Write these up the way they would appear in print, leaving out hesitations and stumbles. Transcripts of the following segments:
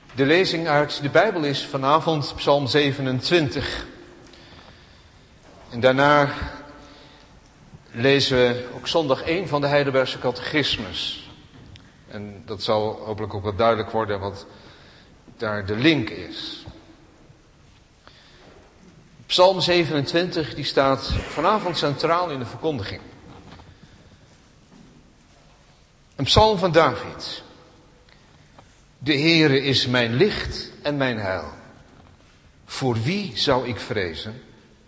De lezing uit de Bijbel is vanavond Psalm 27. En daarna lezen we ook zondag 1 van de Heidelbergse Catechismus. En dat zal hopelijk ook wat duidelijk worden wat daar de link is. Psalm 27 die staat vanavond centraal in de verkondiging. Een psalm van David. De Heere is mijn licht en mijn heil. Voor wie zou ik vrezen?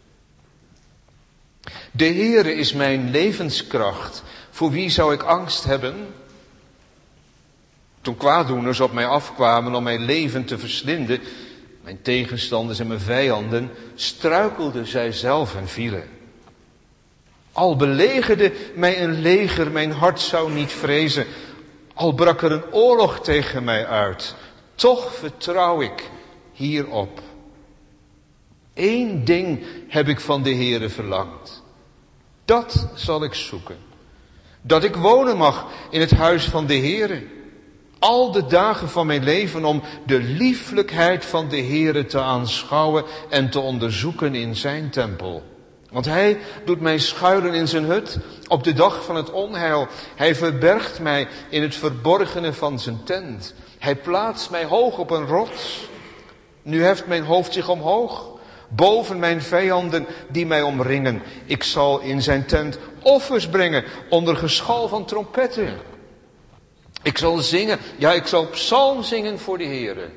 De Heere is mijn levenskracht. Voor wie zou ik angst hebben? Toen kwaaddoeners op mij afkwamen om mijn leven te verslinden, mijn tegenstanders en mijn vijanden, struikelden zij zelf en vielen. Al belegerde mij een leger, mijn hart zou niet vrezen. Al brak er een oorlog tegen mij uit, toch vertrouw ik hierop. Eén ding heb ik van de Heere verlangd. Dat zal ik zoeken. Dat ik wonen mag in het huis van de Heere. Al de dagen van mijn leven om de lieflijkheid van de Heere te aanschouwen en te onderzoeken in zijn tempel. Want hij doet mij schuilen in zijn hut op de dag van het onheil. Hij verbergt mij in het verborgene van zijn tent. Hij plaatst mij hoog op een rots. Nu heft mijn hoofd zich omhoog, boven mijn vijanden die mij omringen. Ik zal in zijn tent offers brengen onder geschal van trompetten. Ik zal zingen, ja, ik zal psalm zingen voor de Heere.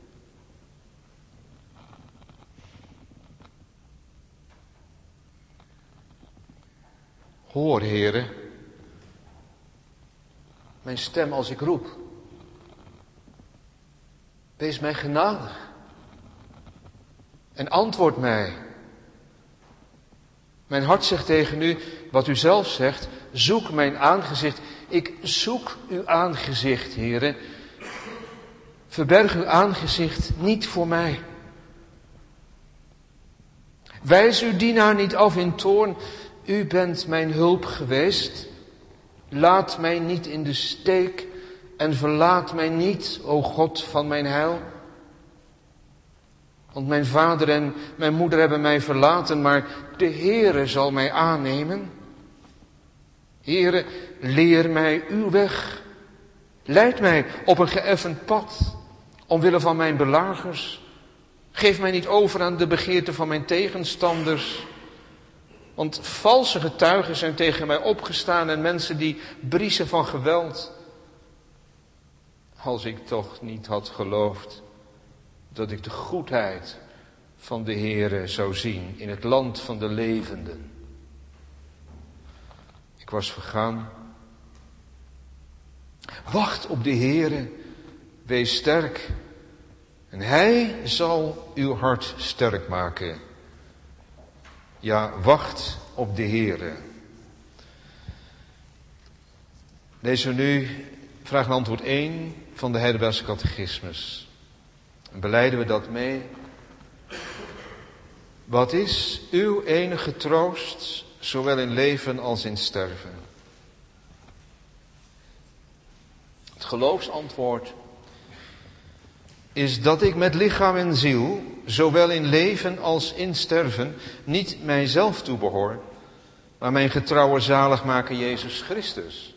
Hoor, Heere, mijn stem als ik roep. Wees mij genadig en antwoord mij. Mijn hart zegt tegen u, wat u zelf zegt, zoek mijn aangezicht. Ik zoek uw aangezicht, Heere. Verberg uw aangezicht niet voor mij. Wijs uw dienaar niet af in toorn. U bent mijn hulp geweest. Laat mij niet in de steek en verlaat mij niet, o God van mijn heil. Want mijn vader en mijn moeder hebben mij verlaten, maar de Heere zal mij aannemen. Heere, leer mij uw weg. Leid mij op een geëffend pad, omwille van mijn belagers. Geef mij niet over aan de begeerte van mijn tegenstanders. Want valse getuigen zijn tegen mij opgestaan en mensen die briezen van geweld. Als ik toch niet had geloofd dat ik de goedheid van de Heere zou zien in het land van de levenden. Ik was vergaan. Wacht op de Heere, wees sterk. En hij zal uw hart sterk maken. Ja, wacht op de Heere. Lezen we nu vraag en antwoord 1 van de Heidelbergse Catechismus. En belijden we dat mee. Wat is uw enige troost, zowel in leven als in sterven? Het geloofsantwoord is dat ik met lichaam en ziel, zowel in leven als in sterven, niet mijzelf toebehoor, maar mijn getrouwe zaligmaker Jezus Christus.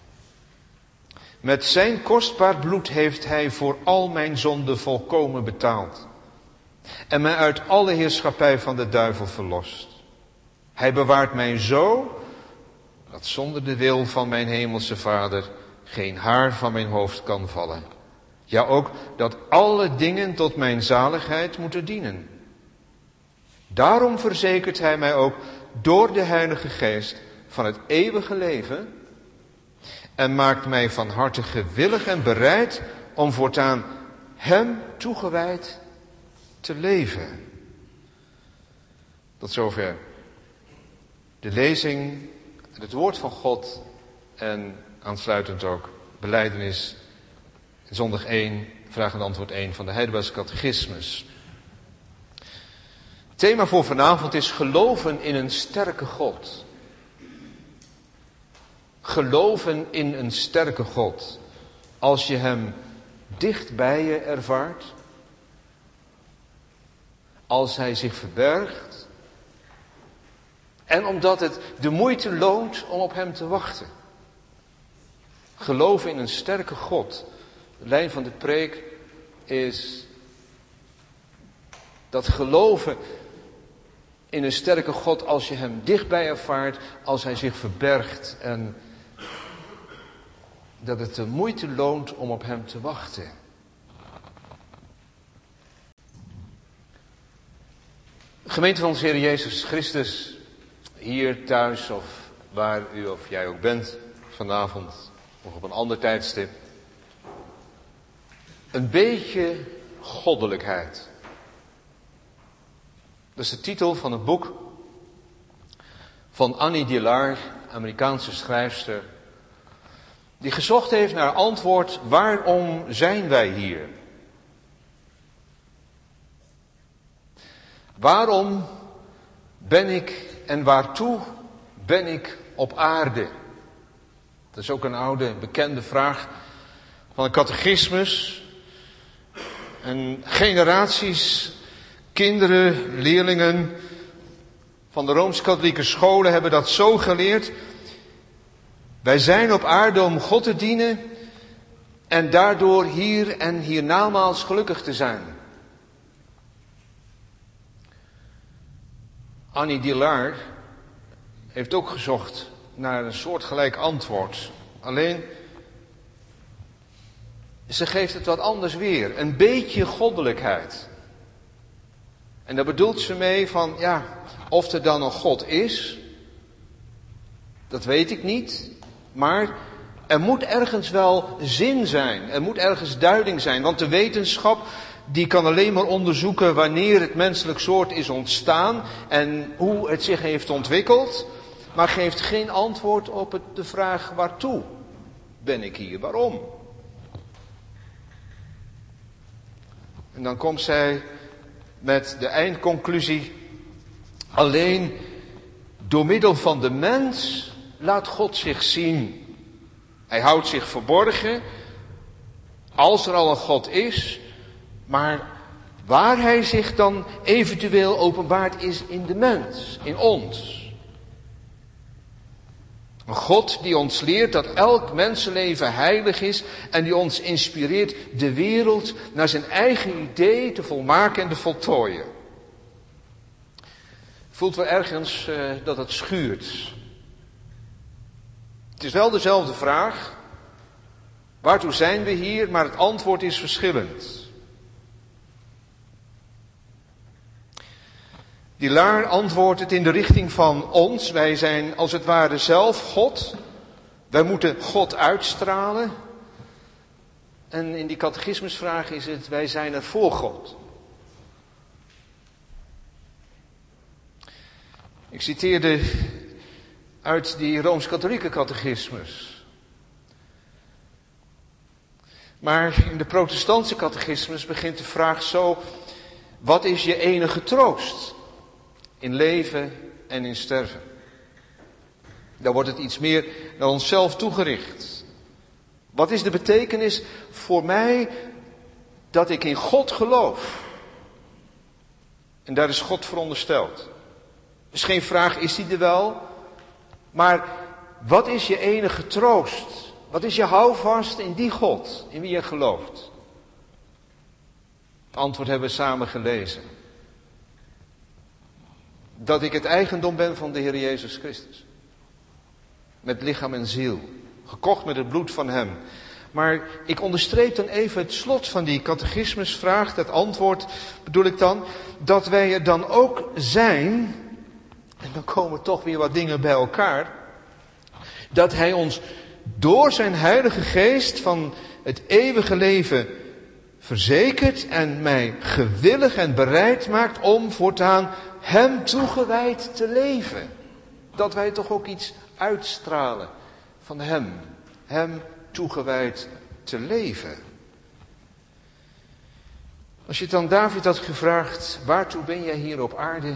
Met zijn kostbaar bloed heeft hij voor al mijn zonden volkomen betaald en mij uit alle heerschappij van de duivel verlost. Hij bewaart mij zo, dat zonder de wil van mijn hemelse Vader geen haar van mijn hoofd kan vallen. Ja, ook dat alle dingen tot mijn zaligheid moeten dienen. Daarom verzekert hij mij ook door de Heilige Geest van het eeuwige leven en maakt mij van harte gewillig en bereid om voortaan hem toegewijd te leven. Tot zover de lezing, het woord van God en aansluitend ook belijdenis. Zondag 1, vraag en antwoord 1 van de Heidelbergse Catechismus. Het thema voor vanavond is geloven in een sterke God. Geloven in een sterke God. Als je hem dicht bij je ervaart, als hij zich verbergt, en omdat het de moeite loont om op hem te wachten. Geloven in een sterke God. De lijn van de preek is dat geloven in een sterke God als je hem dichtbij ervaart, als hij zich verbergt en dat het de moeite loont om op hem te wachten. Gemeente van onze Heer Jezus Christus, hier thuis of waar u of jij ook bent vanavond of op een ander tijdstip. Een beetje goddelijkheid. Dat is de titel van een boek van Annie Dillard, Amerikaanse schrijfster, die gezocht heeft naar antwoord: waarom zijn wij hier? Waarom ben ik en waartoe ben ik op aarde? Dat is ook een oude bekende vraag van een catechismus. En generaties kinderen, leerlingen van de Rooms-Katholieke scholen hebben dat zo geleerd. Wij zijn op aarde om God te dienen en daardoor hier en hiernamaals gelukkig te zijn. Annie Dillard heeft ook gezocht naar een soortgelijk antwoord. Alleen, ze geeft het wat anders weer. Een beetje goddelijkheid. En daar bedoelt ze mee van, ja, of er dan een God is, dat weet ik niet. Maar er moet ergens wel zin zijn. Er moet ergens duiding zijn. Want de wetenschap, die kan alleen maar onderzoeken wanneer het menselijk soort is ontstaan en hoe het zich heeft ontwikkeld. Maar geeft geen antwoord op de vraag: waartoe ben ik hier? Waarom? En dan komt zij met de eindconclusie: alleen door middel van de mens laat God zich zien. Hij houdt zich verborgen, als er al een God is, maar waar hij zich dan eventueel openbaart is in de mens, in ons. Een God die ons leert dat elk mensenleven heilig is en die ons inspireert de wereld naar zijn eigen idee te volmaken en te voltooien. Voelt wel ergens dat het schuurt. Het is wel dezelfde vraag. Waartoe zijn we hier? Maar het antwoord is verschillend. Dillard antwoordt het in de richting van ons. Wij zijn als het ware zelf God. Wij moeten God uitstralen. En in die catechismusvraag is het: wij zijn er voor God. Ik citeerde uit die Rooms-Katholieke catechismus. Maar in de protestantse catechismus begint de vraag zo: wat is je enige troost in leven en in sterven? Dan wordt het iets meer naar onszelf toegericht. Wat is de betekenis voor mij dat ik in God geloof? En daar is God verondersteld. Dus geen vraag, is die er wel? Maar wat is je enige troost? Wat is je houvast in die God, in wie je gelooft? Het antwoord hebben we samen gelezen. Dat ik het eigendom ben van de Heer Jezus Christus. Met lichaam en ziel. Gekocht met het bloed van hem. Maar ik onderstreep dan even het slot van die catechismusvraag. Dat antwoord bedoel ik dan. Dat wij er dan ook zijn. En dan komen toch weer wat dingen bij elkaar. Dat hij ons door zijn Heilige Geest van het eeuwige leven verzekert en mij gewillig en bereid maakt om voortaan hem toegewijd te leven. Dat wij toch ook iets uitstralen van hem. Hem toegewijd te leven. Als je dan David had gevraagd: waartoe ben jij hier op aarde?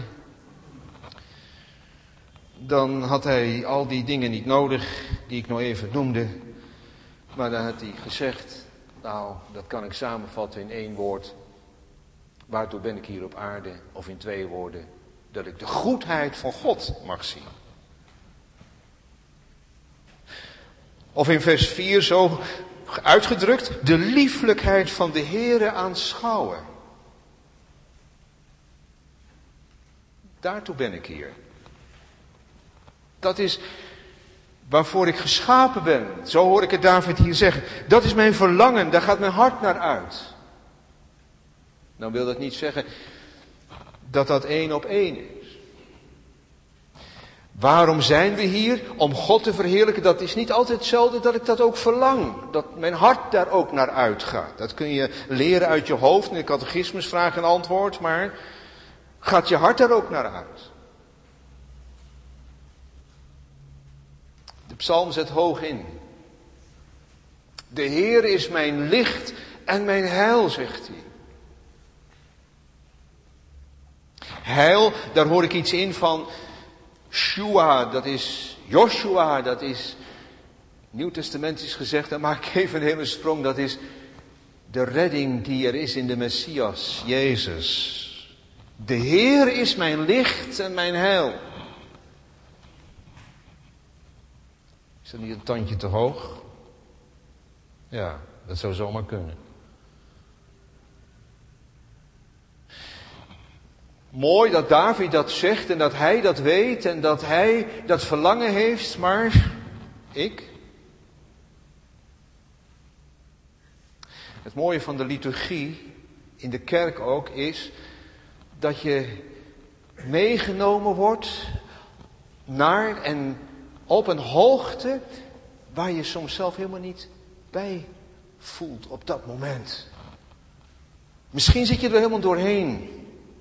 Dan had hij al die dingen niet nodig die ik nou even noemde. Maar dan had hij gezegd: Nou, dat kan ik samenvatten in 1 woord. Waartoe ben ik hier op aarde? Of in 2 woorden. Dat ik de goedheid van God mag zien. Of in vers 4 zo uitgedrukt. De lieflijkheid van de Heere aanschouwen. Daartoe ben ik hier. Dat is waarvoor ik geschapen ben. Zo hoor ik het David hier zeggen. Dat is mijn verlangen, daar gaat mijn hart naar uit. Nou wil dat niet zeggen dat dat 1 op 1 is. Waarom zijn we hier? Om God te verheerlijken. Dat is niet altijd hetzelfde dat ik dat ook verlang. Dat mijn hart daar ook naar uitgaat. Dat kun je leren uit je hoofd in de catechismus, vraag en antwoord. Maar gaat je hart daar ook naar uit? De psalm zet hoog in. De Heer is mijn licht en mijn heil, zegt hij. Heil, daar hoor ik iets in van Shua, dat is Joshua, dat is Nieuwtestamentisch gezegd, dan maak ik even een hele sprong, dat is de redding die er is in de Messias, Jezus. De Heer is mijn licht en mijn heil. Is dat niet een tandje te hoog? Ja, dat zou zomaar kunnen. Mooi dat David dat zegt en dat hij dat weet en dat hij dat verlangen heeft, maar ik? Het mooie van de liturgie, in de kerk ook, is dat je meegenomen wordt naar en op een hoogte waar je soms zelf helemaal niet bij voelt op dat moment. Misschien zit je er helemaal doorheen.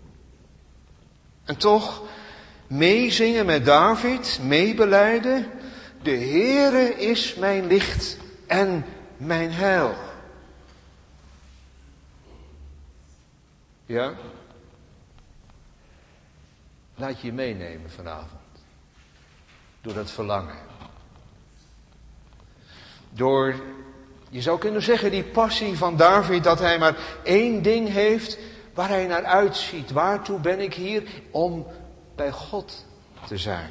En toch meezingen met David, meebelijden. De Heere is mijn licht en mijn heil. Ja? Laat je meenemen vanavond. Door dat verlangen. Door, je zou kunnen zeggen, die passie van David, dat hij maar 1 ding heeft waar hij naar uitziet. Waartoe ben ik hier? Om bij God te zijn.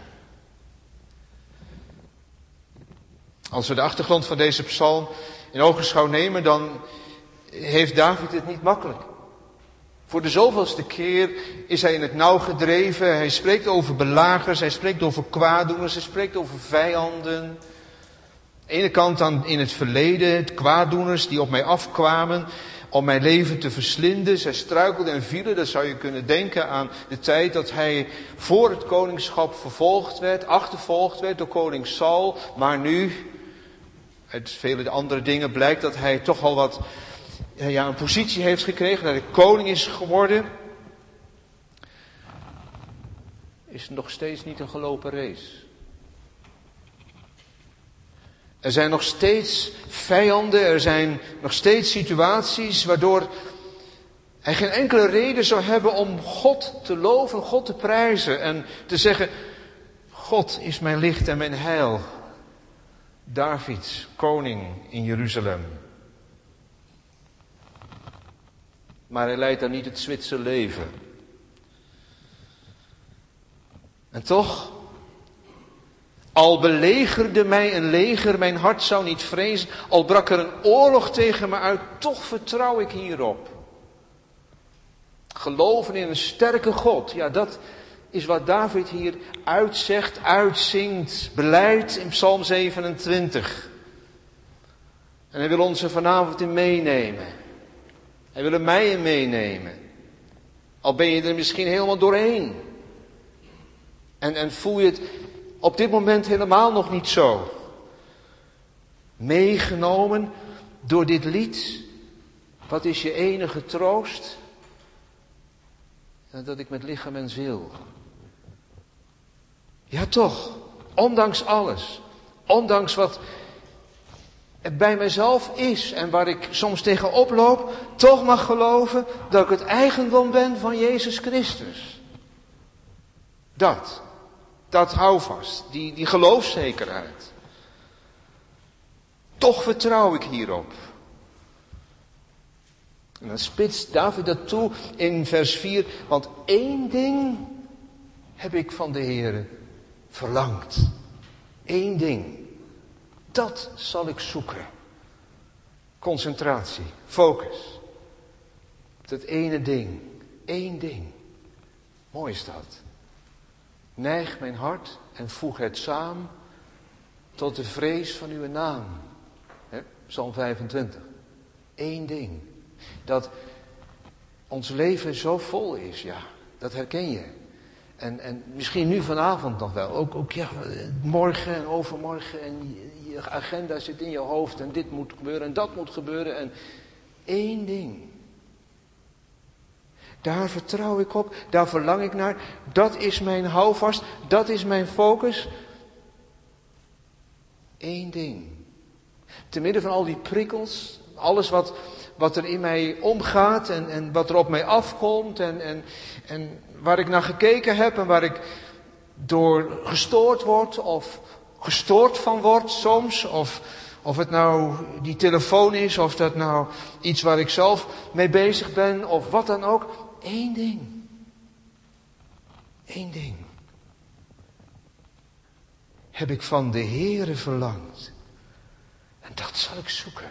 Als we de achtergrond van deze psalm in ogenschouw nemen, dan heeft David het niet makkelijk. Voor de zoveelste keer is hij in het nauw gedreven. Hij spreekt over belagers, hij spreekt over kwaaddoeners, hij spreekt over vijanden. Aan de ene kant dan in het verleden, het kwaaddoeners die op mij afkwamen om mijn leven te verslinden. Zij struikelden en vielen. Dat zou je kunnen denken aan de tijd dat hij voor het koningschap vervolgd werd, achtervolgd werd door koning Saul. Maar nu, uit vele andere dingen blijkt dat hij toch al wat een positie heeft gekregen, dat hij koning is geworden. Is nog steeds niet een gelopen race. Er zijn nog steeds vijanden, er zijn nog steeds situaties waardoor hij geen enkele reden zou hebben om God te loven, God te prijzen en te zeggen, God is mijn licht en mijn heil. David, koning in Jeruzalem. Maar hij leidt dan niet het Zwitserse leven. En toch, al belegerde mij een leger, mijn hart zou niet vrezen. Al brak er een oorlog tegen me uit, toch vertrouw ik hierop. Geloven in een sterke God, ja, dat is wat David hier uitzegt, uitzingt, beleidt in Psalm 27. En hij wil ons er vanavond in meenemen. Hij wil er mij in meenemen. Al ben je er misschien helemaal doorheen. En voel je het op dit moment helemaal nog niet zo. Meegenomen door dit lied. Wat is je enige troost? Dat ik met lichaam en ziel. Ja toch, ondanks alles. Ondanks wat er bij mezelf is en waar ik soms tegenop loop, toch mag geloven dat ik het eigendom ben van Jezus Christus. Dat hou vast, die geloofszekerheid. Toch vertrouw ik hierop. En dan spitst David dat toe in vers 4. Want 1 ding heb ik van de Heere verlangd. 1 ding. Dat zal ik zoeken. Concentratie, focus. Dat ene ding. 1 ding. Mooi is dat. Neig mijn hart en voeg het samen tot de vrees van uw naam. Psalm 25. 1 ding. Dat ons leven zo vol is, ja. Dat herken je. En misschien nu vanavond nog wel. Ook ja, morgen en overmorgen. En je agenda zit in je hoofd. En dit moet gebeuren en dat moet gebeuren. En 1 ding. Daar vertrouw ik op. Daar verlang ik naar. Dat is mijn houvast. Dat is mijn focus. 1 ding. Te midden van al die prikkels. Alles wat er in mij omgaat. En wat er op mij afkomt. En waar ik naar gekeken heb. En waar ik door gestoord word. Of gestoord van word soms. Of het nou die telefoon is. Of dat nou iets waar ik zelf mee bezig ben. Of wat dan ook. 1 ding. 1 ding. Heb ik van de Heere verlangd. En dat zal ik zoeken.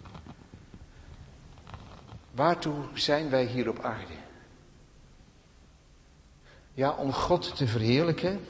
Waartoe zijn wij hier op aarde? Ja, om God te verheerlijken.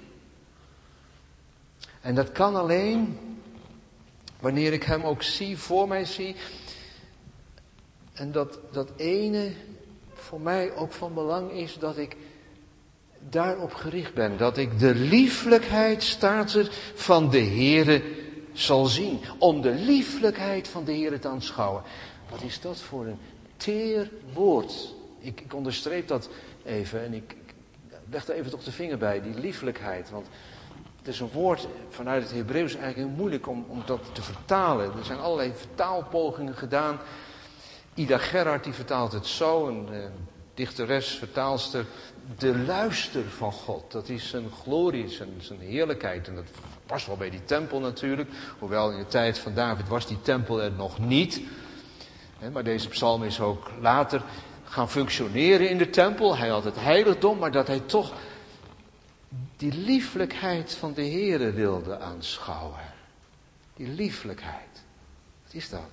En dat kan alleen wanneer ik hem ook zie, voor mij zie. En dat ene voor mij ook van belang is dat ik daarop gericht ben. Dat ik de lieflijkheid, staat er, van de Heere zal zien. Om de lieflijkheid van de Heere te aanschouwen. Wat is dat voor een teer woord. Ik onderstreep dat even en ik leg er even toch de vinger bij, die lieflijkheid. Want het is een woord vanuit het Hebreeuws eigenlijk heel moeilijk om dat te vertalen. Er zijn allerlei vertaalpogingen gedaan. Ida Gerhard die vertaalt het zo, een dichteres, vertaalster. De luister van God, dat is zijn glorie, zijn heerlijkheid. En dat past wel bij die tempel natuurlijk. Hoewel in de tijd van David was die tempel er nog niet. Maar deze psalm is ook later gaan functioneren in de tempel. Hij had het heiligdom, maar dat hij toch die lieflijkheid van de Heere wilde aanschouwen. Die lieflijkheid. Wat is dat?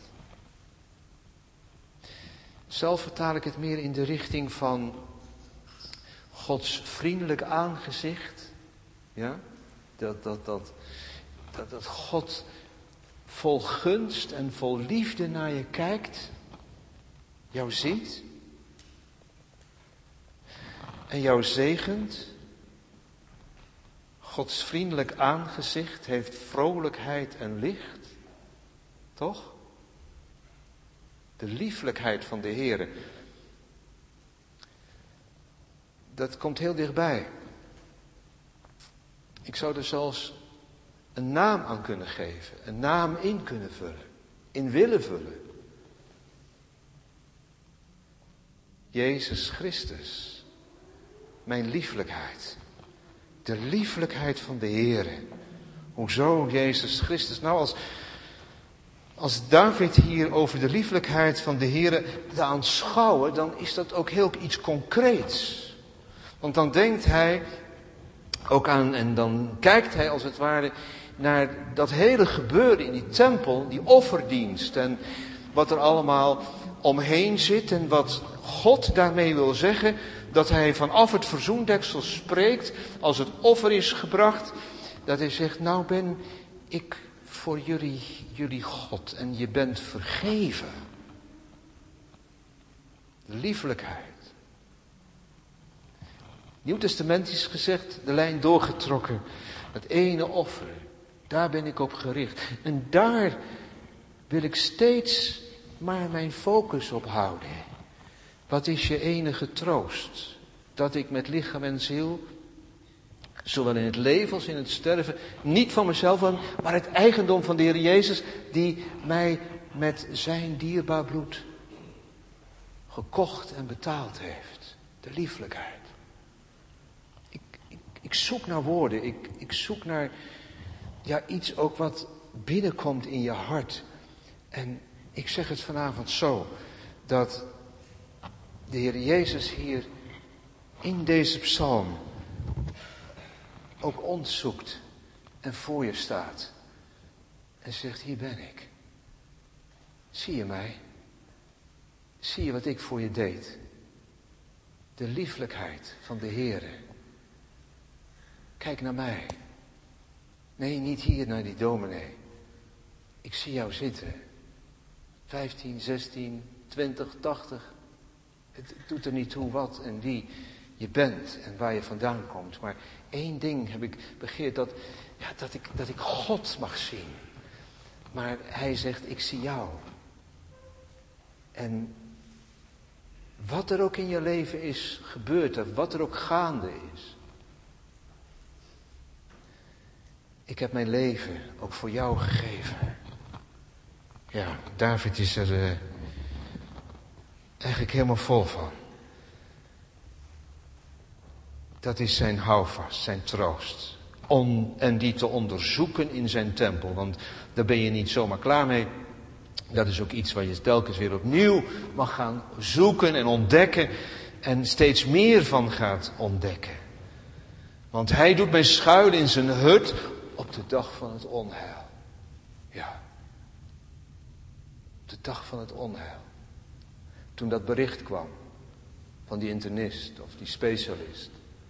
Zelf vertaal ik het meer in de richting van Gods vriendelijk aangezicht. Ja? Dat God vol gunst en vol liefde naar je kijkt. Jou ziet. En jou zegent. Gods vriendelijk aangezicht heeft vrolijkheid en licht. Toch? De lieflijkheid van de Heere. Dat komt heel dichtbij. Ik zou er zelfs een naam aan kunnen geven. Een naam in kunnen vullen. In willen vullen. Jezus Christus. Mijn lieflijkheid. De lieflijkheid van de Heere. Hoezo Jezus Christus? Nou, als David hier over de lieflijkheid van de Heere te aanschouwen, dan is dat ook heel iets concreets. Want dan denkt hij ook aan, en dan kijkt hij als het ware naar dat hele gebeuren in die tempel, die offerdienst en wat er allemaal omheen zit en wat God daarmee wil zeggen, dat hij vanaf het verzoendeksel spreekt, als het offer is gebracht, dat hij zegt, nou ben ik voor jullie God en je bent vergeven. De lieflijkheid. Nieuwtestamentisch gezegd, de lijn doorgetrokken. Het ene offer, daar ben ik op gericht. En daar wil ik steeds maar mijn focus op houden. Wat is je enige troost? Dat ik met lichaam en ziel, zowel in het leven als in het sterven, niet van mezelf ben, maar het eigendom van de Heer Jezus, die mij met zijn dierbaar bloed gekocht en betaald heeft. De lieflijkheid. Ik zoek naar woorden, ik zoek naar iets ook wat binnenkomt in je hart. En ik zeg het vanavond zo, dat de Heer Jezus hier in deze psalm ook ons zoekt en voor je staat en zegt, hier ben ik. Zie je mij? Zie je wat ik voor je deed? De lieflijkheid van de Heere. Kijk naar mij. Nee, niet hier naar die dominee. Ik zie jou zitten. 15, 16, 20, 80. Het doet er niet toe wat en wie je bent en waar je vandaan komt. Maar één ding heb ik begeerd, dat ik God mag zien. Maar hij zegt, ik zie jou. En wat er ook in je leven is gebeurd, of wat er ook gaande is. Ik heb mijn leven ook voor jou gegeven. Ja, David is er eigenlijk helemaal vol van. Dat is zijn houvast, zijn troost. En die te onderzoeken in zijn tempel. Want daar ben je niet zomaar klaar mee. Dat is ook iets waar je telkens weer opnieuw mag gaan zoeken en ontdekken. En steeds meer van gaat ontdekken. Want hij doet mij schuilen in zijn hut op de dag van het onheil. Ja. Op de dag van het onheil. Toen dat bericht kwam van die internist of die specialist.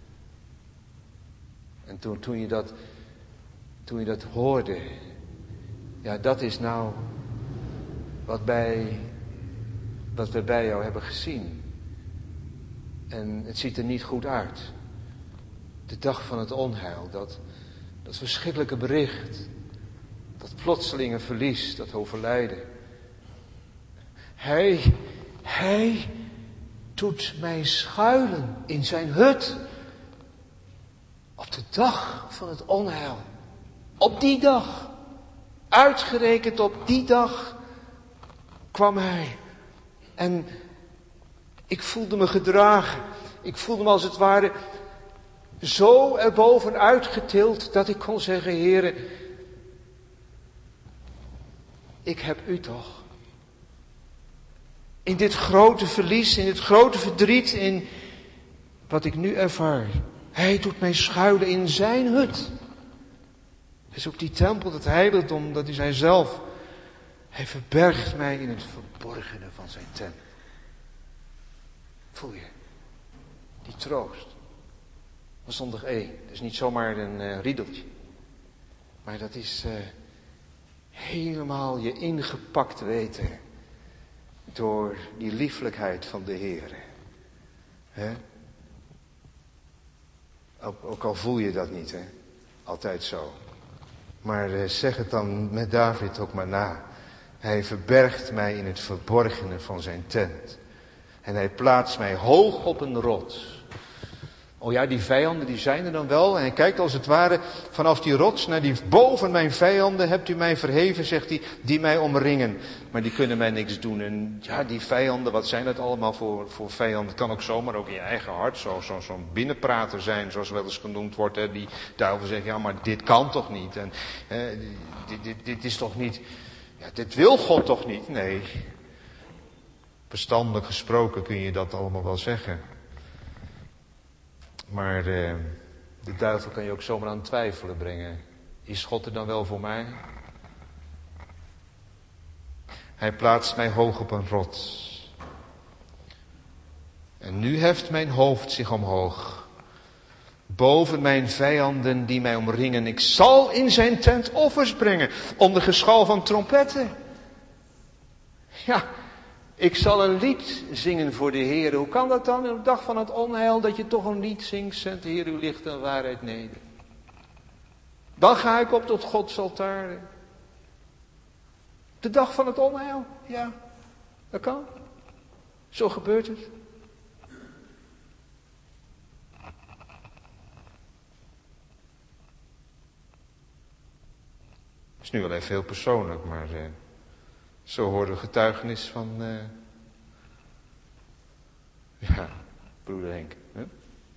En toen je dat hoorde. Ja, dat is nou wat we bij jou hebben gezien. En het ziet er niet goed uit. De dag van het onheil, dat verschrikkelijke bericht. Dat plotselinge verlies, dat overlijden. Hij doet mij schuilen in zijn hut. Op de dag van het onheil. Op die dag. Uitgerekend op die dag kwam hij. En ik voelde me gedragen. Ik voelde me als het ware zo erbovenuit getild dat ik kon zeggen, Heere, ik heb u toch. In dit grote verlies, in dit grote verdriet, in wat ik nu ervaar. Hij doet mij schuilen in zijn hut. Het is ook die tempel, dat heiligdom, dat is hij zelf. Hij verbergt mij in het verborgene van zijn tent. Voel je? Die troost. Van zondag 1. Dat is niet zomaar een riedeltje. Maar dat is helemaal je ingepakt weten. Door die lieflijkheid van de Heer. Ook al voel je dat niet, hè. Altijd zo. Maar zeg het dan met David ook maar na. Hij verbergt mij in het verborgene van zijn tent. En hij plaatst mij hoog op een rots. Oh ja, die vijanden die zijn er dan wel. En hij kijkt als het ware vanaf die rots naar die boven mijn vijanden. Hebt u mij verheven, zegt hij, die mij omringen. Maar die kunnen mij niks doen. En ja, die vijanden, wat zijn dat allemaal voor vijanden? Het kan ook zomaar ook in je eigen hart zo'n binnenprater zijn, zoals wel eens genoemd wordt. Hè, die duivel zegt, ja, maar dit kan toch niet? En dit is toch niet... Ja, dit wil God toch niet? Nee. Verstandelijk gesproken kun je dat allemaal wel zeggen. Maar de duivel kan je ook zomaar aan twijfelen brengen. Is God er dan wel voor mij? Hij plaatst mij hoog op een rots. En nu heft mijn hoofd zich omhoog. Boven mijn vijanden die mij omringen. Ik zal in zijn tent offers brengen. Onder geschal van trompetten. Ja, ik zal een lied zingen voor de Heer. Hoe kan dat dan op de dag van het onheil, dat je toch een lied zingt, zendt Heer uw licht en waarheid neder. Dan ga ik op tot Gods altaar. De dag van het onheil, ja, dat kan. Zo gebeurt het. Het is nu wel even heel persoonlijk, maar zo horen we getuigenis van broeder Henk. Hè?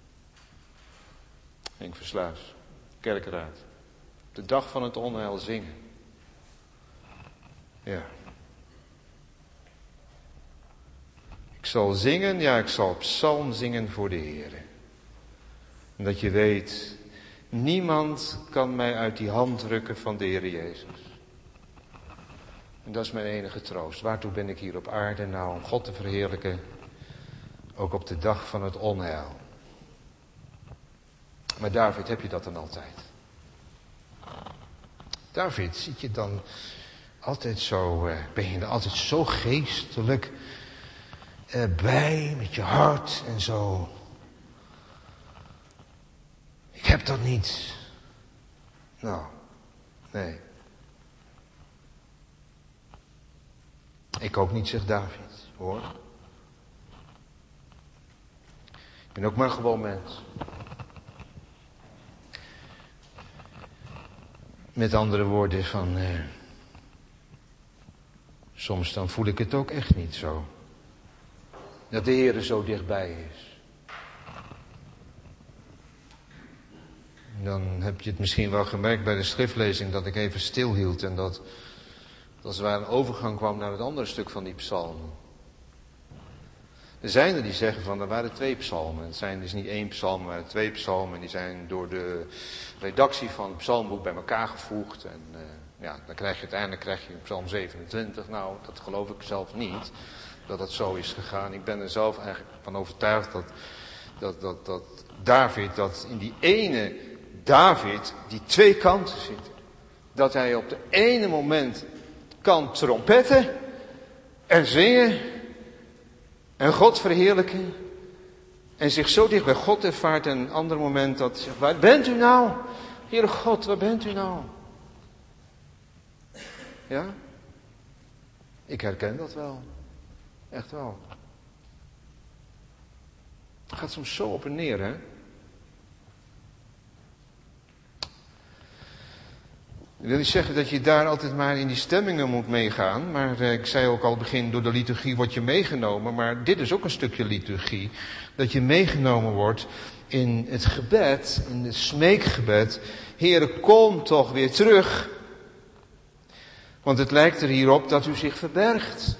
Henk Versluis, kerkraad. De dag van het onheil zingen. Ja. Ik zal zingen, ja, ik zal psalm zingen voor de Heer. En dat je weet, niemand kan mij uit die hand rukken van de Heer Jezus. En dat is mijn enige troost. Waartoe ben ik hier op aarde? Nou, om God te verheerlijken, ook op de dag van het onheil. Maar David, heb je dat dan altijd? David, zit je dan altijd zo, ben je er altijd zo geestelijk bij met je hart en zo? Ik heb dat niet. Nou, nee. Ik ook niet, zegt David, hoor. Ik ben ook maar gewoon mens. Met andere woorden van, soms dan voel ik het ook echt niet zo. Dat de Heer zo dichtbij is. Dan heb je het misschien wel gemerkt bij de schriftlezing dat ik even stilhield en dat als er een overgang kwam naar het andere stuk van die psalmen. Er zijn er die zeggen van er waren 2 psalmen. Het zijn dus niet 1 psalm, maar 2 psalmen. En die zijn door de redactie van het psalmboek bij elkaar gevoegd. En dan krijg je uiteindelijk psalm 27. Nou, dat geloof ik zelf niet. Dat het zo is gegaan. Ik ben er zelf eigenlijk van overtuigd dat David, dat in die ene David die 2 kanten zitten. Dat hij op de ene moment kan trompetten en zingen en God verheerlijken en zich zo dicht bij God ervaart en een ander moment dat zegt, waar bent u nou? Heere God, waar bent u nou? Ja? Ik herken dat wel. Echt wel. Het gaat soms zo op en neer, hè? Ik wil niet zeggen dat je daar altijd maar in die stemmingen moet meegaan. Maar ik zei ook al begin, door de liturgie word je meegenomen. Maar dit is ook een stukje liturgie. Dat je meegenomen wordt in het gebed, in het smeekgebed. Heere, kom toch weer terug. Want het lijkt er hierop dat u zich verbergt.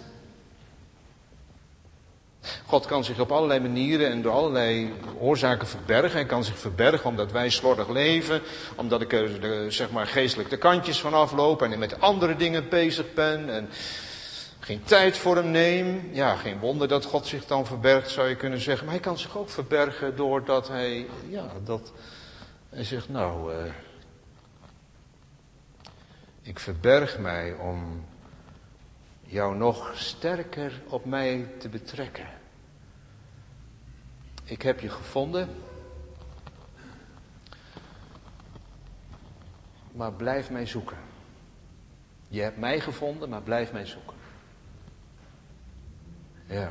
God kan zich op allerlei manieren en door allerlei oorzaken verbergen. Hij kan zich verbergen omdat wij slordig leven. Omdat ik er zeg maar geestelijk de kantjes van afloop en met andere dingen bezig ben. En geen tijd voor hem neem. Ja, geen wonder dat God zich dan verbergt, zou je kunnen zeggen. Maar hij kan zich ook verbergen doordat hij zegt, nou, ik verberg mij om jou nog sterker op mij te betrekken. Ik heb je gevonden, maar blijf mij zoeken. Je hebt mij gevonden, maar blijf mij zoeken. Ja.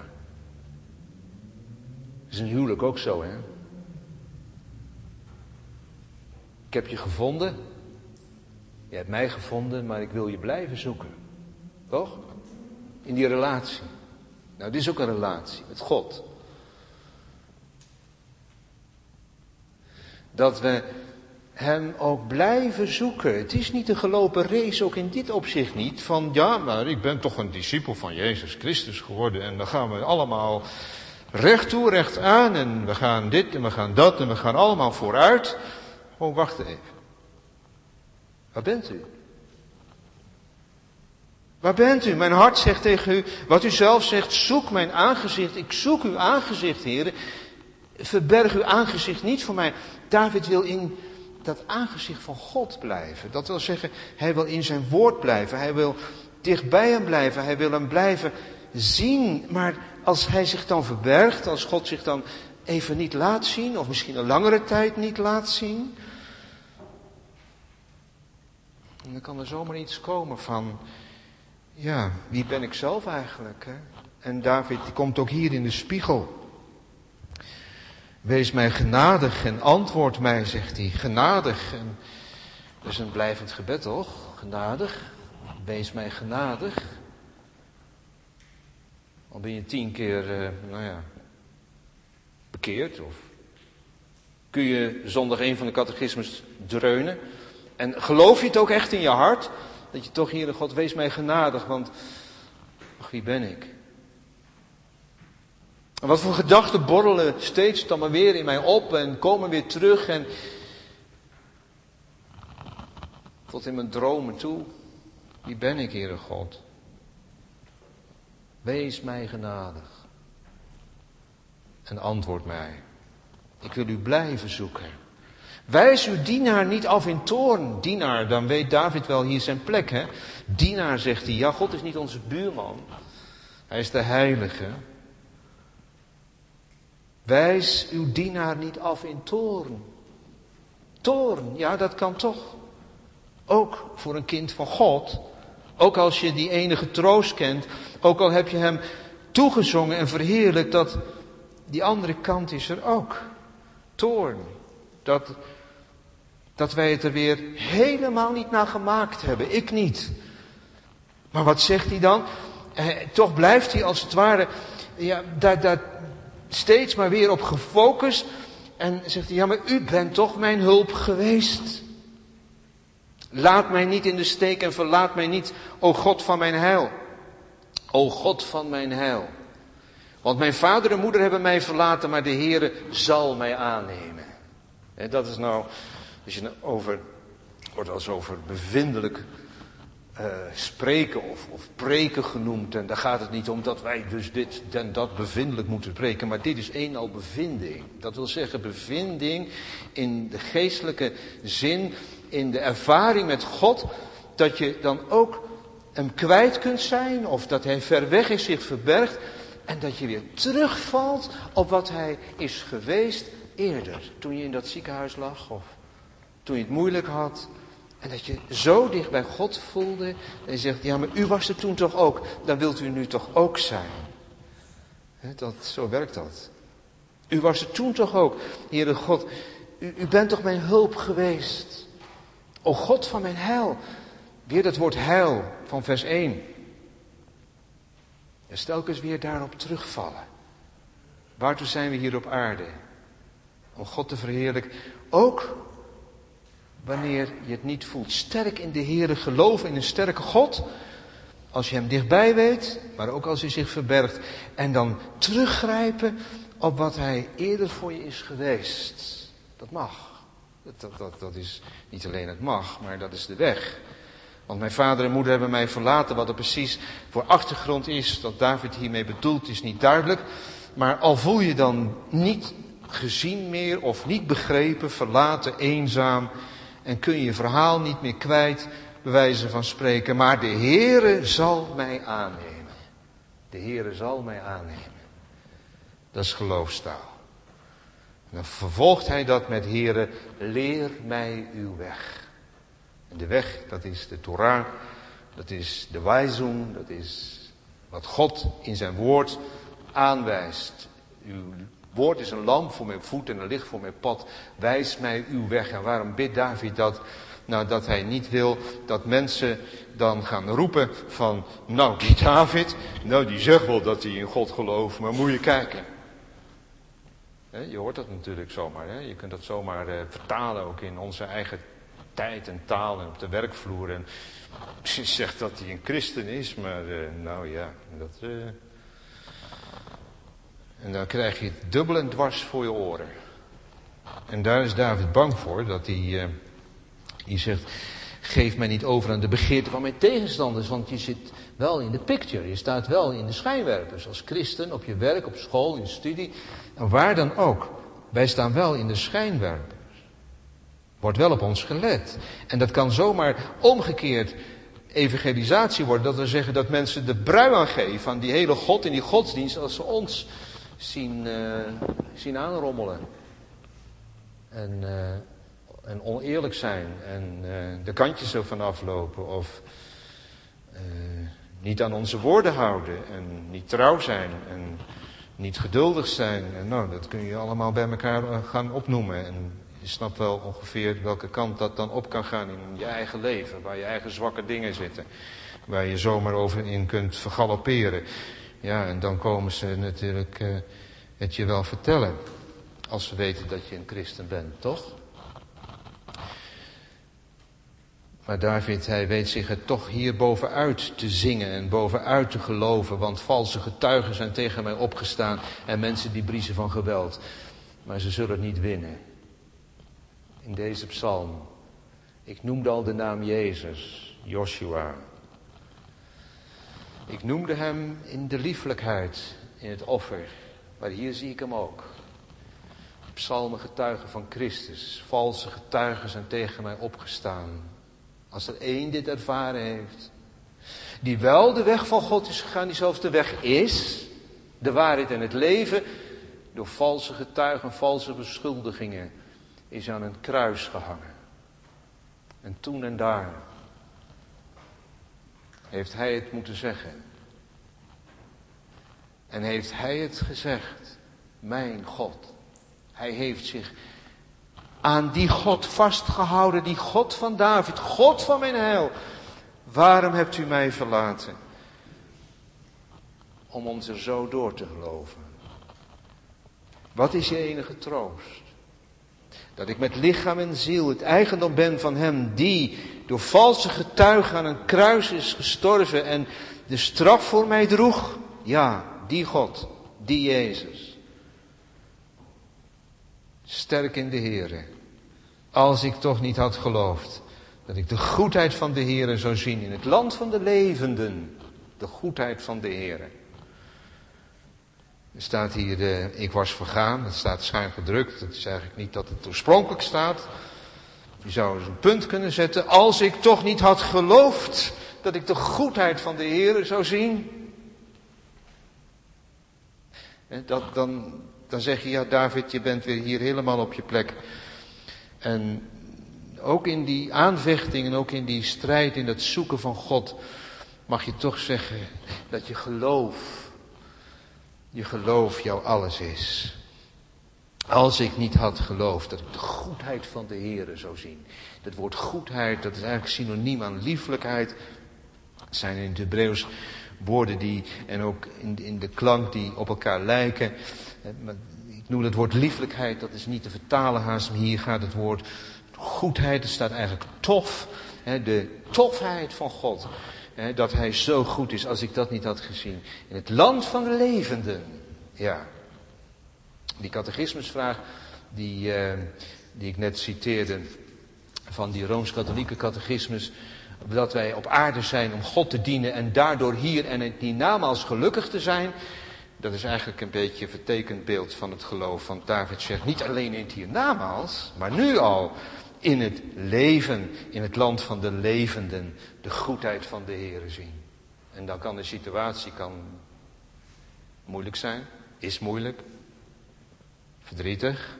Dat is een huwelijk ook zo, hè? Ik heb je gevonden, je hebt mij gevonden, maar ik wil je blijven zoeken. Toch? In die relatie. Nou, dit is ook een relatie met God. Dat we hem ook blijven zoeken. Het is niet een gelopen race, ook in dit opzicht niet. Van ja, maar ik ben toch een discipel van Jezus Christus geworden. En dan gaan we allemaal recht toe, recht aan. En we gaan dit en we gaan dat en we gaan allemaal vooruit. Oh, wacht even. Waar bent u? Waar bent u? Mijn hart zegt tegen u, wat u zelf zegt, zoek mijn aangezicht. Ik zoek uw aangezicht, Heer. Verberg uw aangezicht niet voor mij. David wil in dat aangezicht van God blijven. Dat wil zeggen, hij wil in zijn woord blijven. Hij wil dicht bij hem blijven. Hij wil hem blijven zien. Maar als hij zich dan verbergt, als God zich dan even niet laat zien, of misschien een langere tijd niet laat zien, dan kan er zomaar iets komen van, ja, wie ben ik zelf eigenlijk? Hè? En David die komt ook hier in de spiegel. Wees mij genadig en antwoord mij, zegt hij. Genadig. En dat is een blijvend gebed, toch? Genadig. Wees mij genadig. Al ben je 10 keer, bekeerd. Of kun je zondag 1 van de catechismus dreunen. En geloof je het ook echt in je hart? Dat je toch, Heere God, wees mij genadig. Want, ach, wie ben ik? En wat voor gedachten borrelen steeds dan maar weer in mij op en komen weer terug en tot in mijn dromen toe. Wie ben ik, Heere God? Wees mij genadig. En antwoord mij. Ik wil u blijven zoeken. Wijs uw dienaar niet af in toorn. Dienaar, dan weet David wel hier zijn plek, hè? Dienaar, zegt hij. Ja, God is niet onze buurman. Hij is de heilige. Wijs uw dienaar niet af in toorn. Toorn, ja, dat kan toch. Ook voor een kind van God. Ook als je die enige troost kent. Ook al heb je hem toegezongen en verheerlijkt, dat die andere kant is er ook. Toorn. Dat wij het er weer helemaal niet naar gemaakt hebben. Ik niet. Maar wat zegt hij dan? Toch blijft hij als het ware daar steeds maar weer op gefocust. En zegt hij, ja, maar u bent toch mijn hulp geweest. Laat mij niet in de steek en verlaat mij niet, o God van mijn heil. O God van mijn heil. Want mijn vader en moeder hebben mij verlaten, maar de Heere zal mij aannemen. En dat is nou, als je wordt als over bevindelijk spreken of preken genoemd. En daar gaat het niet om dat wij dus dit en dat bevindelijk moeten spreken. Maar dit is eenmaal bevinding. Dat wil zeggen bevinding in de geestelijke zin, in de ervaring met God. Dat je dan ook hem kwijt kunt zijn. Of dat hij ver weg is, zich verbergt. En dat je weer terugvalt op wat hij is geweest eerder. Toen je in dat ziekenhuis lag of toen je het moeilijk had. En dat je zo dicht bij God voelde. En je zegt, ja, maar u was er toen toch ook. Dan wilt u nu toch ook zijn. Zo werkt dat. U was er toen toch ook. Heere God, u bent toch mijn hulp geweest. O God van mijn heil. Weer dat woord heil van vers 1. En telkens weer daarop terugvallen. Waartoe zijn we hier op aarde? Om God te verheerlijken. Ook wanneer je het niet voelt. Sterk in de Heere, geloven in een sterke God. Als je hem dichtbij weet, maar ook als hij zich verbergt. En dan teruggrijpen op wat hij eerder voor je is geweest. Dat mag. Dat is niet alleen het mag, maar dat is de weg. Want mijn vader en moeder hebben mij verlaten. Wat er precies voor achtergrond is, dat David hiermee bedoelt, is niet duidelijk. Maar al voel je dan niet gezien meer of niet begrepen, verlaten, eenzaam. En kun je je verhaal niet meer kwijt, bij wijze van spreken. Maar de Heere zal mij aannemen. De Heere zal mij aannemen. Dat is geloofstaal. En dan vervolgt hij dat met Heere, leer mij uw weg. En de weg, dat is de Torah, dat is de wijzung, dat is wat God in zijn woord aanwijst. Uw woord is een lamp voor mijn voet en een licht voor mijn pad. Wijs mij uw weg. En waarom bidt David dat? Nou, dat hij niet wil dat mensen dan gaan roepen van, nou, die David, nou, die zegt wel dat hij in God gelooft, maar moet je kijken. Je hoort dat natuurlijk zomaar. Hè? Je kunt dat zomaar vertalen ook in onze eigen tijd en taal en op de werkvloer. En je zegt dat hij een christen is, maar nou ja, dat... En dan krijg je het dubbel en dwars voor je oren. En daar is David bang voor, dat hij zegt, geef mij niet over aan de begeerte van mijn tegenstanders, want je zit wel in de picture, je staat wel in de schijnwerpers, als christen, op je werk, op school, in studie, en waar dan ook. Wij staan wel in de schijnwerpers. Wordt wel op ons gelet. En dat kan zomaar omgekeerd evangelisatie worden, dat we zeggen dat mensen de brui aan geven aan die hele God en die godsdienst, als ze ons zien aanrommelen. En oneerlijk zijn en de kantjes er vanaf lopen of niet aan onze woorden houden en niet trouw zijn en niet geduldig zijn. En nou, dat kun je allemaal bij elkaar gaan opnoemen. En je snapt wel ongeveer welke kant dat dan op kan gaan in je eigen leven, waar je eigen zwakke dingen zitten, waar je zomaar over in kunt vergalopperen. Ja, en dan komen ze natuurlijk het je wel vertellen. Als ze weten dat je een christen bent, toch? Maar David, hij weet zich er toch hier bovenuit te zingen en bovenuit te geloven. Want valse getuigen zijn tegen mij opgestaan en mensen die briezen van geweld. Maar ze zullen niet winnen. In deze psalm. Ik noemde al de naam Jezus, Joshua. Ik noemde hem in de lieflijkheid, in het offer. Maar hier zie ik hem ook. Psalmen getuigen van Christus. Valse getuigen zijn tegen mij opgestaan. Als er één dit ervaren heeft. Die wel de weg van God is gegaan. Die zelfs de weg is. De waarheid en het leven. Door valse getuigen, valse beschuldigingen. Is aan een kruis gehangen. En toen en daar. Heeft hij het moeten zeggen. En heeft hij het gezegd. Mijn God. Hij heeft zich aan die God vastgehouden. Die God van David. God van mijn heil. Waarom hebt u mij verlaten? Om ons er zo door te geloven. Wat is je enige troost? Dat ik met lichaam en ziel het eigendom ben van hem die door valse getuigen aan een kruis is gestorven en de straf voor mij droeg. Ja, die God, die Jezus. Sterk in de Heere. Als ik toch niet had geloofd dat ik de goedheid van de Heere zou zien in het land van de levenden. De goedheid van de Heere. Er staat hier, ik was vergaan, dat staat schuin gedrukt. Dat is eigenlijk niet dat het oorspronkelijk staat. Je zou eens een punt kunnen zetten. Als ik toch niet had geloofd dat ik de goedheid van de Heere zou zien. Dan zeg je, ja David, je bent weer hier helemaal op je plek. En ook in die aanvechting en ook in die strijd, in dat zoeken van God, mag je toch zeggen dat je geloof jouw alles is. Als ik niet had geloofd dat ik de goedheid van de Heere zou zien. Dat woord goedheid, dat is eigenlijk synoniem aan lieflijkheid. Het zijn in het Hebreeuws woorden die, en ook in de klank die op elkaar lijken. Ik noem het woord lieflijkheid, dat is niet te vertalen haast, maar hier gaat het woord goedheid, er staat eigenlijk tof. De tofheid van God. Dat hij zo goed is, als ik dat niet had gezien. In het land van de levenden. Ja. Die catechismusvraag die ik net citeerde. Van die Rooms-Katholieke catechismus. Dat wij op aarde zijn om God te dienen. En daardoor hier en in het hiernamaals gelukkig te zijn. Dat is eigenlijk een beetje een vertekend beeld van het geloof. Want David zegt niet alleen in het hiernamaals. Maar nu al. In het leven, in het land van de levenden, de goedheid van de Heere zien. En dan kan de situatie moeilijk zijn, is moeilijk, verdrietig.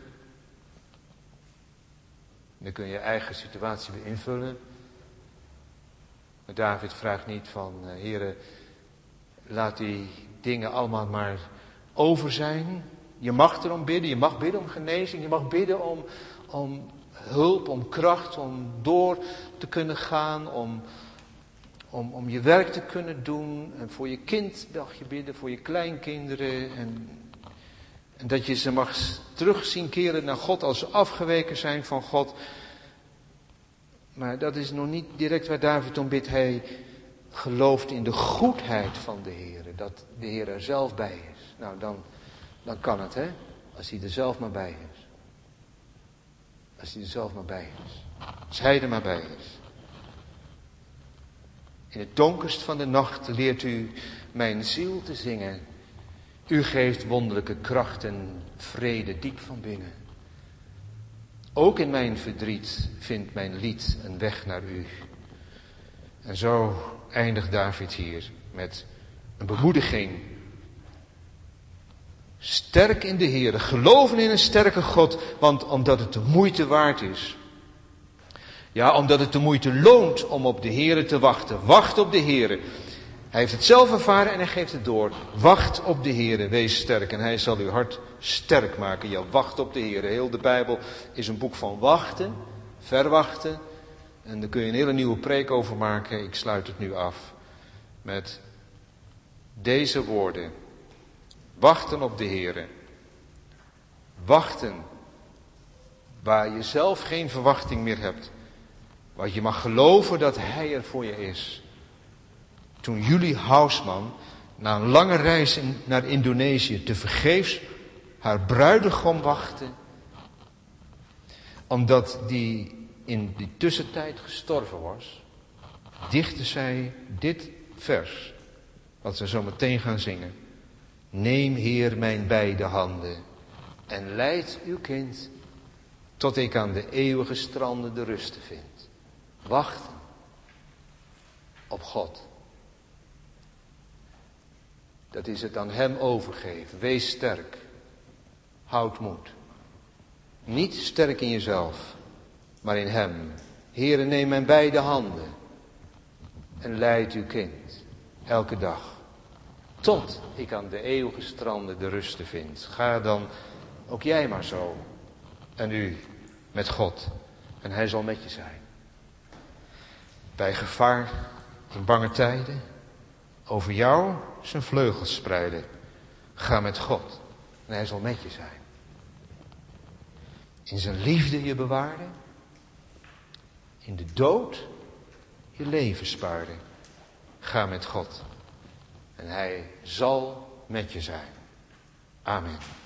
Dan kun je je eigen situatie weer invullen. Maar David vraagt niet van, Heere, laat die dingen allemaal maar over zijn. Je mag erom bidden, je mag bidden om genezing, je mag bidden om hulp, om kracht, om door te kunnen gaan, om je werk te kunnen doen. En voor je kind mag je bidden, voor je kleinkinderen. En dat je ze mag terug zien keren naar God als ze afgeweken zijn van God. Maar dat is nog niet direct waar David om bidt. Hij gelooft in de goedheid van de Heer. Dat de Heer er zelf bij is. Nou, dan kan het, hè. Als hij er zelf maar bij is. Als hij er zelf maar bij is. Als hij er maar bij is. In het donkerst van de nacht leert u mijn ziel te zingen. U geeft wonderlijke kracht en vrede diep van binnen. Ook in mijn verdriet vindt mijn lied een weg naar u. En zo eindigt David hier met een bemoediging. Sterk in de Heere, geloven in een sterke God, want omdat het de moeite waard is. Ja, omdat het de moeite loont om op de Heere te wachten. Wacht op de Heere. Hij heeft het zelf ervaren en hij geeft het door. Wacht op de Heere, wees sterk en hij zal uw hart sterk maken. Ja, wacht op de Heere. Heel de Bijbel is een boek van wachten, verwachten. En daar kun je een hele nieuwe preek over maken. Ik sluit het nu af met deze woorden. Wachten op de Heere. Wachten waar je zelf geen verwachting meer hebt. Want je mag geloven dat hij er voor je is. Toen Julie Hausman na een lange reis naar Indonesië tevergeefs haar bruidegom wachtte, omdat die in die tussentijd gestorven was, dichtte zij dit vers, wat we zo meteen gaan zingen. Neem, Heer, mijn beide handen en leid uw kind tot ik aan de eeuwige stranden de rust vind. Wachten op God. Dat is het aan hem overgeven. Wees sterk. Houd moed. Niet sterk in jezelf, maar in hem. Heere, neem mijn beide handen en leid uw kind elke dag tot ik aan de eeuwige stranden de rust vind. Ga dan ook jij maar zo en u met God en hij zal met je zijn. Bij gevaar in bange tijden over jou zijn vleugels spreiden. Ga met God en hij zal met je zijn. In zijn liefde je bewaarden. In de dood je leven spaarden. Ga met God en hij zal met je zijn. Amen.